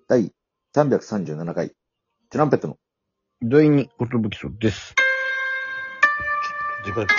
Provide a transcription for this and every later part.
第337回、トランペットの第2ことぶきそうです。でかい。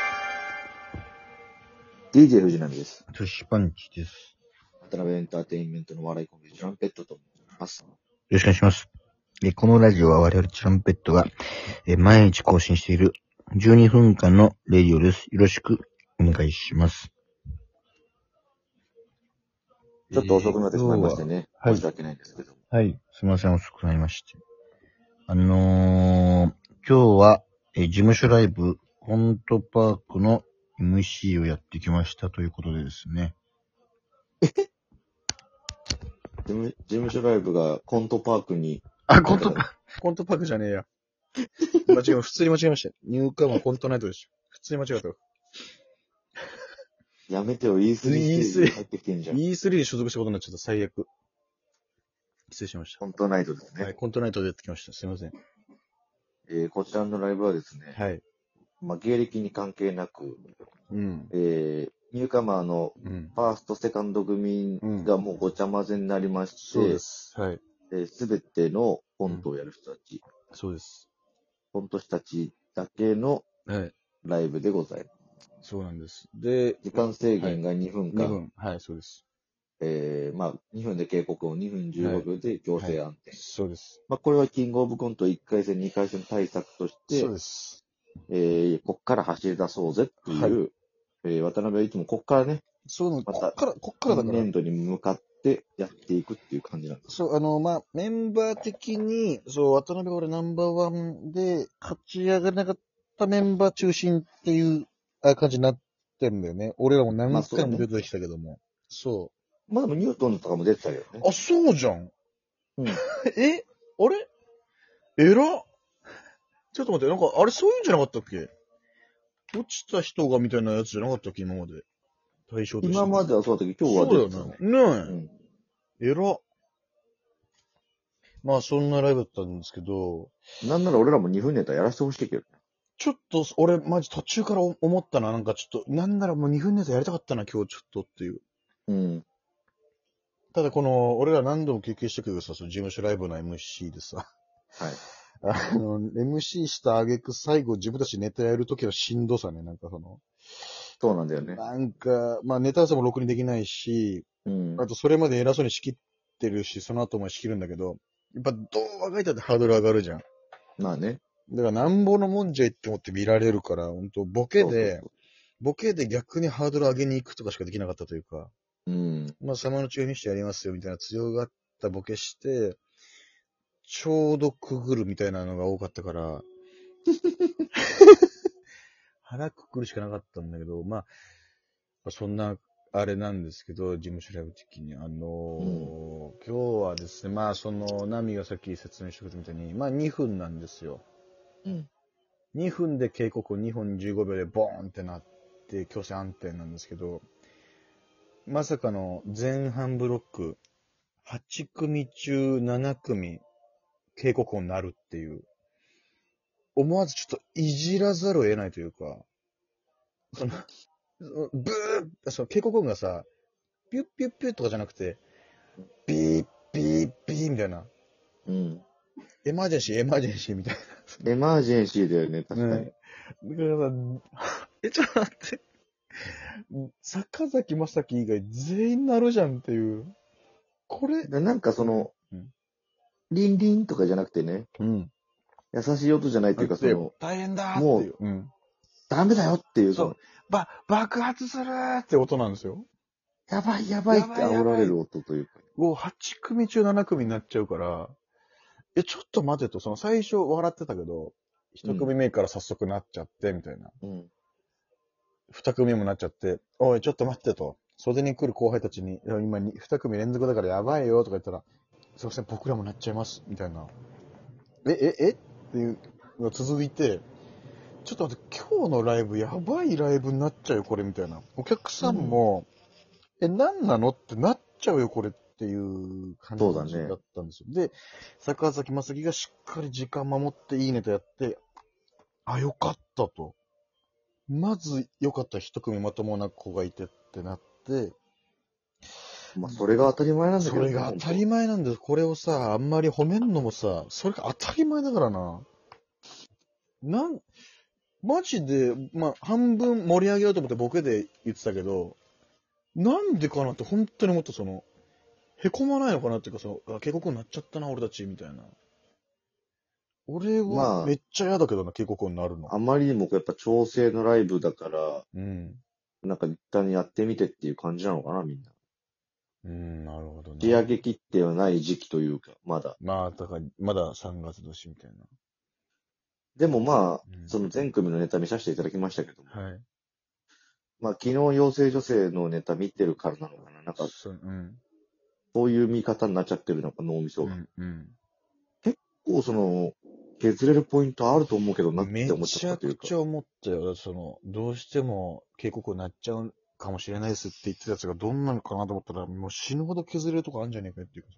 DJ 藤波です。 トシパンチです。 渡辺エンターテインメントの笑いコンビ、トランペットと申します。 よろしくお願いします。このラジオは我々トランペットが毎日更新している12分間のレディオです。よろしくお願いします。 ちょっと遅くなってしまいましてね。申し訳ないんですけど。 はい。すみません、遅くなりまして。今日は事務所ライブ、コントパークの MC をやってきましたということでですね。 事務所ライブがコントパークに。 コントパークじゃねえや。普通に間違えました。ニューカーマーコントナイトでしょ。普通に間違えた。 やめてよ、E3 ステージ入ってきてんじゃん。 E3 で所属したことになっちゃった、最悪。失礼しました。 コントナイトですね。 はい、コントナイトでやってきました。すいません。 こちらのライブはですね。 はい。 芸歴に関係なく、 うん。 ニューカマーのファースト、セカンド組がもうごちゃ混ぜになりまして、 そうです。はい。 すべてのコントをやる人たち、 そうです。 コント師たちだけのライブでございます。 そうなんです。で、 時間制限が2分間。 2分。はい、そうです。 2分で警告を2分15秒で強制暗転。 そうです。 これはキングオブコント1回戦、2回戦対策として、 そうです。 こっから走り出そうぜっていう、渡辺はいつもこっからね、 そうなの、 また、 こっからだから。 今年度に向かってやっていくっていう感じなんです。 そう、メンバー的に、渡辺が俺ナンバーワンで、勝ち上がれなかったメンバー中心っていう感じになってるんだよね。俺らも何回も出てきたけども。そう。 でもニュートンとかも出てたけどね。 あ、そうじゃん。 うん。 あれえらちょっと待って、あれそういうんじゃなかったっけ？落ちた人がみたいなやつじゃなかったっけ今まで。対象として。 今まではそうだけど、今日は出てたね。 そうだよね。えら。そんなライブだったんですけど。 なんなら俺らも2分ネタやらせてほしいけど。 ちょっと、俺、マジ途中から思ったな。ちょっと、なんならもう2分ネタやりたかったな、今日ちょっとっていう。 うん。 ただ俺ら何度も経験したけどさ、事務所ライブの MC でさ。 はい。 MC した挙句最後自分たちネタやるときのしんどさね、 そうなんだよね。 ネタ合わせもろくにできないし、あとそれまで偉そうに仕切ってるし、その後も仕切るんだけど、やっぱどうあがいたってハードル上がるじゃん。 まあね。 だからなんぼのもんじゃいって思って見られるから、本当ボケで逆にハードル上げに行くとかしかできなかったというか。様の中にしてやりますよみたいな強がったボケして、ちょうどくぐるみたいなのが多かったから、腹くくるしかなかったんだけど、そんな、あれなんですけど、事務所ライブ的に。今日はですね、ナミがさっき説明してくれたみたいに、2分なんですよ。2分で警告を2分15秒でボーンってなって、強制暗転なんですけど、まさかの前半ブロック、8組中7組、警告音になるっていう。思わずちょっといじらざるを得ないというか、警告音がさ、ピュッピュッピュッとかじゃなくて、ビービービーみたいな。エマージェンシーみたいな。エマージェンシーだよね、確かに。 だからさ、ちょっと待って。坂崎正樹以外全員なるじゃんっていう。これ。 リンリンとかじゃなくてね。優しい音じゃないっていうか、 大変だーっていう。ダメだよっていう。 爆発するーって音なんですよ。 やばいって煽られる音というか。 8組中7組になっちゃうから、ちょっと待てと、最初笑ってたけど、1組目から早速なっちゃって、みたいな。2組目もなっちゃって、おい、ちょっと待ってと。袖に来る後輩たちに、今2組連続だからやばいよとか言ったら、すいません、僕らもなっちゃいます、みたいな。っていうのが続いて、ちょっと待って、今日のライブやばいライブになっちゃうよ、これ、みたいな。お客さんも、何なのってなっちゃうよ、これっていう感じだったんですよ。で、坂崎正樹がしっかり時間守っていいネタやって、よかったと。まずよかった、一組まともな子がいてってなって、 まあ、それが当たり前なんだけど、 それが当たり前なんだよ。これをさ、あんまり褒めんのもさ、それが当たり前だからな。マジで、まあ、半分盛り上げようと思ってボケで言ってたけど、なんでかなって本当に思った、へこまないのかなっていうか、警告になっちゃったな、俺たち、みたいな。俺はめっちゃ嫌だけどな、警告になるの。 あまりにもやっぱ調整のライブだから、 うん。 なんか一旦やってみてっていう感じなのかな、みんな。 なるほどね。 仕上げきってはない時期というか、まだ。 まあ、だから、まだ3月年みたいな。 でもまあ、その全組のネタ見させていただきましたけども。 はい。 まあ、昨日養成女性のネタ見てるからなのかな。なんか、そういう見方になっちゃってるのか、脳みそが。結構削れるポイントあると思うけどなって思っちゃったというか。めちゃくちゃ思ったよ。どうしても警告になっちゃうかもしれないですって言ってたやつがどんなのかなと思ったら、もう死ぬほど削れるとこあるんじゃねえかっていうか、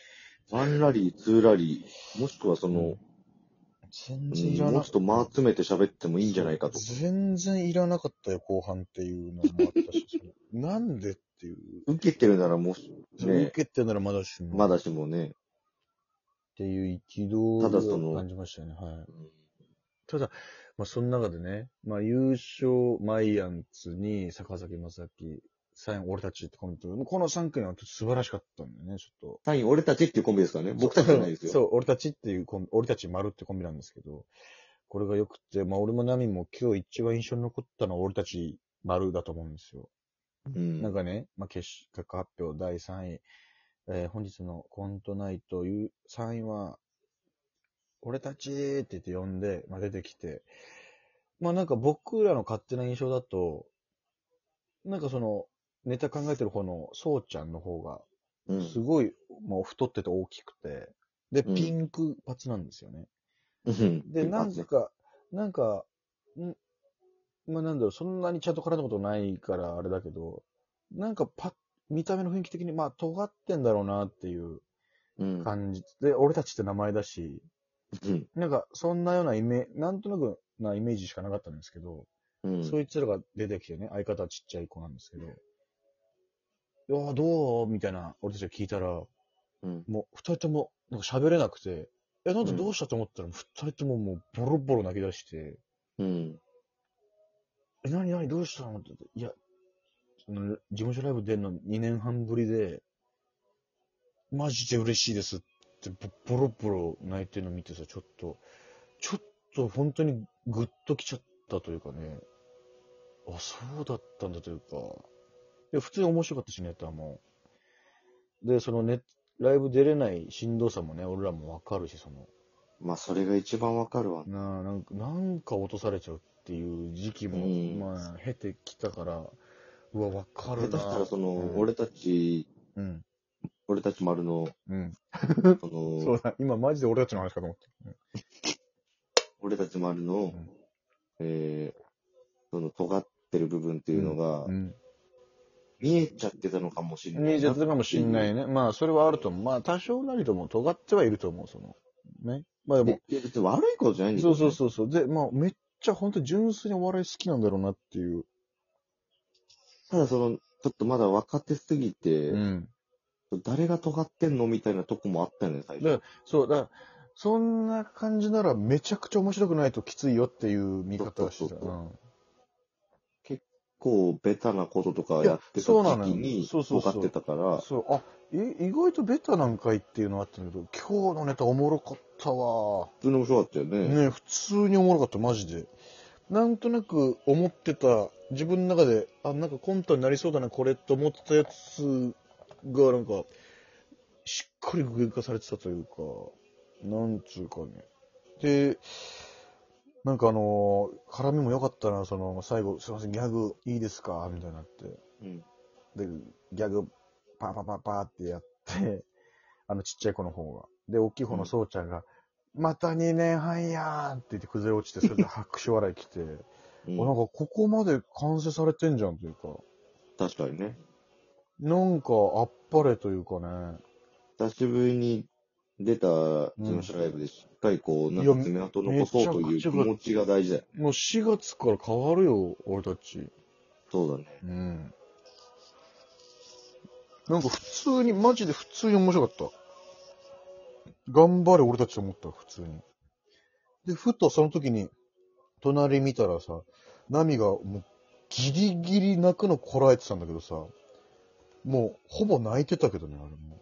1ラリー、2ラリー、もしくは全然いらなもうちょっと間詰めて喋ってもいいんじゃないかと。 全然いらなかったよ、後半っていうのもあったし、なんでっていう。 受けてるならもし、 ね。受けてるならまだしも。 まだしもね。 っていう憤りを感じましたね。はい。ただ、まあ、その中でね、まあ、優勝、マイアンツに坂崎正樹、サイン俺たちってコンビと、この3組は素晴らしかったんだよね、ちょっと。 サイン俺たちっていうコンビですからね。僕たちじゃないですよ。 そう、俺たちっていう俺たち丸ってコンビなんですけど、これが良くて、まあ、俺もナミも今日一番印象に残ったのは俺たち丸だと思うんですよ。なんかね、まあ、結果発表第3位、本日のコントナイト3位は、俺たちって言って呼んで、まあ、出てきて、まあなんか僕らの勝手な印象だと、なんかネタ考えてる方のそうちゃんの方が、すごい、もう太ってて大きくて、で、ピンク髪なんですよね。で、なんか、まあなんだろう、そんなにちゃんと絡んだことないからあれだけど、なんか見た目の雰囲気的に、まあ尖ってんだろうなっていう感じ。で、俺たちって名前だし、なんかそんなようななんとなくなイメージしかなかったんですけど、そいつらが出てきてね、相方はちっちゃい子なんですけど、いやどうみたいな、俺たちが聞いたら、もう二人ともなんか喋れなくて、なんでどうしたと思ったら、二人とももうボロボロ泣き出して、何どうしたのって言って、いや、事務所ライブ出るの2年半ぶりで、マジで嬉しいですってボロボロ泣いてるの見てさ、ちょっと本当にグッときちゃったというかね、あ、そうだったんだというか、いや、普通に面白かったし、ネタも。で、ライブ出れないしんどさもね、俺らもわかるし、 まあ、それが一番わかるわ。 なんか落とされちゃうっていう時期も、まあ、経てきたから、うわ、わかるな。 下手したら俺たち、俺たち丸の、 そうだ、今マジで俺たちの話かと思った。 俺たち丸の、尖ってる部分っていうのが、見えちゃってたのかもしれない。 見えちゃってたかもしれないね。まあ、それはあると思う。まあ、多少なりとも尖ってはいると思う、ね。まあでも。 別に悪いことじゃないんですよ、 ね。そう。で、まあ、めっちゃ本当に純粋にお笑い好きなんだろうなっていう。 ただちょっとまだ若手すぎて、誰が尖ってんのみたいなとこもあったよね、最初。 だからそんな感じならめちゃくちゃ面白くないときついよっていう見方をしてた。 結構ベタなこととかやってた時に尖ってたから。 意外とベタなんかいっていうのあったんだけど、今日のネタおもろかったわ。 普通に面白かったよね。 ね、普通におもろかった、マジで。なんとなく思ってた、自分の中で、なんかコントになりそうだな、これって思ってたやつが、なんか、しっかり具現化されてたというか、なんつうかね。で、なんか絡みも良かったな、最後、すいません、ギャグいいですかみたいになって。で、ギャグ、パーってやって、ちっちゃい子の方が。で、大きい方のそうちゃんが、また2年半やーって言って崩れ落ちて、それで拍手笑い来て、なんかここまで完成されてんじゃんというか。 確かにね。 なんか、あっぱれというかね。 久しぶりに出た事務所ライブでしっかりなんか爪痕残そうという気持ちが大事だよ。 もう4月から変わるよ、俺たち。 そうだね。 なんか普通に、マジで普通に面白かった。頑張れ俺たちと思った、普通に。で、ふとその時に、隣見たらさ、ナミがもうギリギリ泣くのこらえてたんだけどさ、もうほぼ泣いてたけどね、あれも。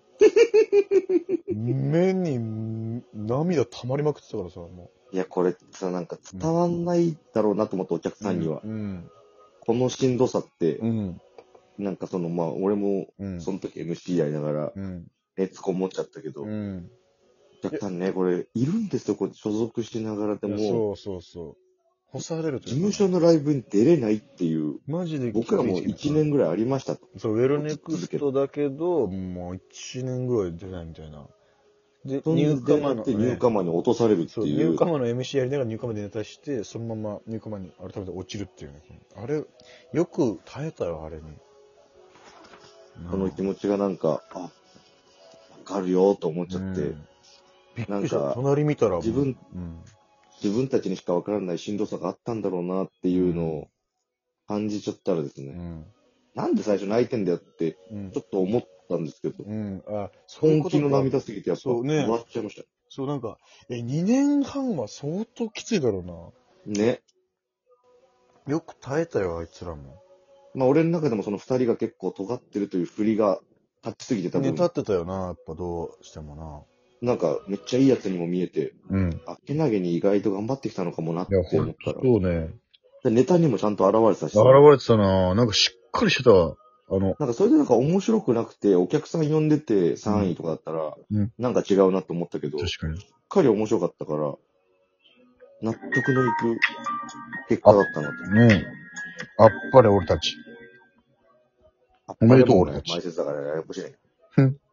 目に涙溜まりまくってたからさ、もいや、これさ、なんか伝わんないだろうなと思った、お客さんには。このしんどさって、なんかまあ、俺も、その時 MC やりながら、熱こもっちゃったけど、お客さんね、これ、いるんですよ、これ、所属しながらでも。 そう。干されると事務所のライブに出れないっていう、 マジで僕らも1年ぐらいありましたと。 そう、ウェルネクストだけど、もう1年ぐらい出ないみたいな。で、 ニューカマーに落とされるっていう。そう、 ニューカマーの MC やりながらニューカマーでネタして、そのままニューカマーに改めて落ちるっていうね。あれ、よく耐えたよ、あれに。 その気持ちがなんか、わかるよと思っちゃって。 なんか、隣見たら自分たちにしかわからないしんどさがあったんだろうなっていうのを感じちゃったらですね。なんで最初泣いてんだよって、ちょっと思ったんですけど。本気の涙すぎてやっぱ、笑っちゃいました。 そう、なんか、2年半は相当きついだろうな。 ね。 よく耐えたよ、あいつらも。 まあ、俺の中でもその二人が結構尖ってるという振りが立ちすぎてた分。 ね、立ってたよな、やっぱどうしてもな。 なんか、めっちゃいいやつにも見えて、あけなげに意外と頑張ってきたのかもなって思ったら。 そうね。 でネタにもちゃんと現れてたし。 現れてたな。なんかしっかりしてたわ。 なんかそれでなんか面白くなくて、お客さん呼んでて3位とかだったら、なんか違うなと思ったけど、 確かに。 しっかり面白かったから、納得のいく結果だったなと。 あっぱれ俺たち。 おめでとう俺たち。前説だからややこしいね。